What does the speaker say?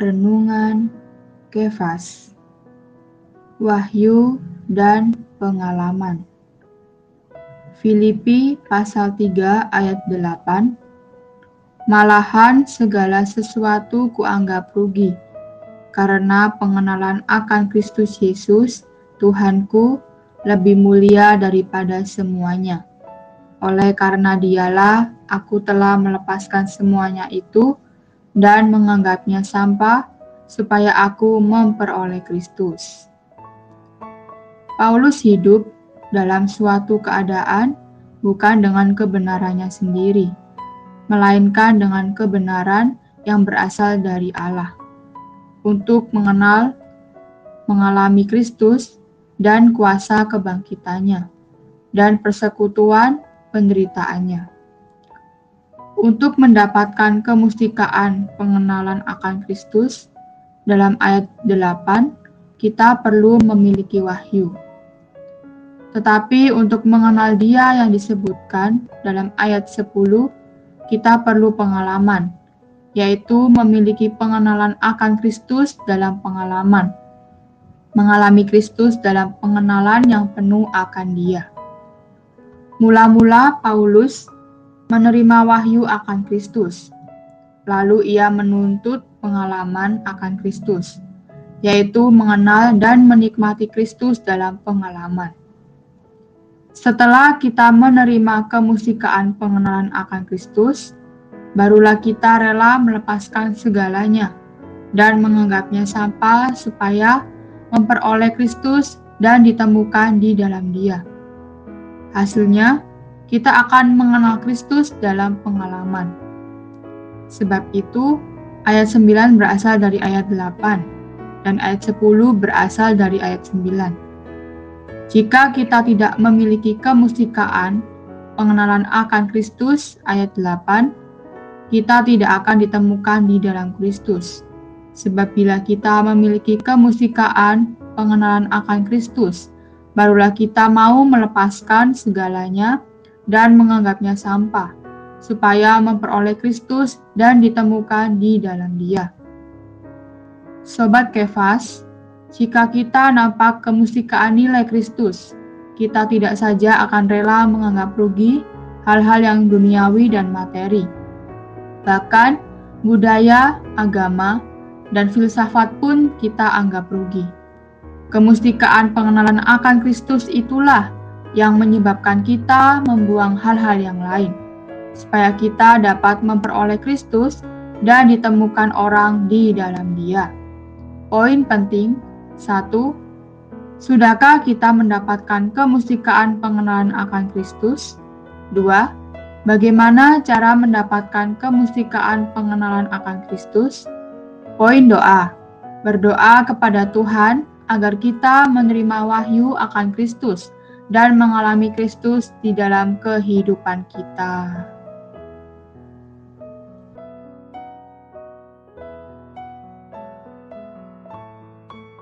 Renungan Kefas, Wahyu dan Pengalaman. Filipi pasal 3 ayat 8. Malahan segala sesuatu kuanggap rugi, karena pengenalan akan Kristus Yesus, Tuhanku, lebih mulia daripada semuanya. Oleh karena Dialah, aku telah melepaskan semuanya itu dan menganggapnya sampah, supaya aku memperoleh Kristus. Paulus hidup dalam suatu keadaan bukan dengan kebenarannya sendiri, melainkan dengan kebenaran yang berasal dari Allah, untuk mengalami Kristus dan kuasa kebangkitannya, dan persekutuan penderitaannya. Untuk mendapatkan kemustikaan pengenalan akan Kristus, dalam ayat 8, kita perlu memiliki wahyu. Tetapi untuk mengenal Dia yang disebutkan dalam ayat 10, kita perlu pengalaman, yaitu memiliki pengenalan akan Kristus dalam pengalaman, mengalami Kristus dalam pengenalan yang penuh akan Dia. Mula-mula Paulus menerima wahyu akan Kristus, lalu ia menuntut pengalaman akan Kristus, yaitu mengenal dan menikmati Kristus dalam pengalaman. Setelah kita menerima kemustikaan pengenalan akan Kristus, barulah kita rela melepaskan segalanya dan menganggapnya sampah supaya memperoleh Kristus dan ditemukan di dalam Dia. Hasilnya, kita akan mengenal Kristus dalam pengalaman. Sebab itu, ayat 9 berasal dari ayat 8, dan ayat 10 berasal dari ayat 9. Jika kita tidak memiliki kemustikaan pengenalan akan Kristus, ayat 8, kita tidak akan ditemukan di dalam Kristus. Sebab bila kita memiliki kemustikaan pengenalan akan Kristus, barulah kita mau melepaskan segalanya dan menganggapnya sampah, supaya memperoleh Kristus dan ditemukan di dalam Dia. Sobat Kefas, jika kita nampak kemustikaan nilai Kristus, kita tidak saja akan rela menganggap rugi hal-hal yang duniawi dan materi. Bahkan budaya, agama, dan filsafat pun kita anggap rugi. Kemustikaan pengenalan akan Kristus itulah yang menyebabkan kita membuang hal-hal yang lain, supaya kita dapat memperoleh Kristus dan ditemukan orang di dalam Dia. Poin penting: 1. Sudahkah kita mendapatkan kemustikaan pengenalan akan Kristus? 2. Bagaimana cara mendapatkan kemustikaan pengenalan akan Kristus? Poin doa: berdoa kepada Tuhan agar kita menerima wahyu akan Kristus dan mengalami Kristus di dalam kehidupan kita.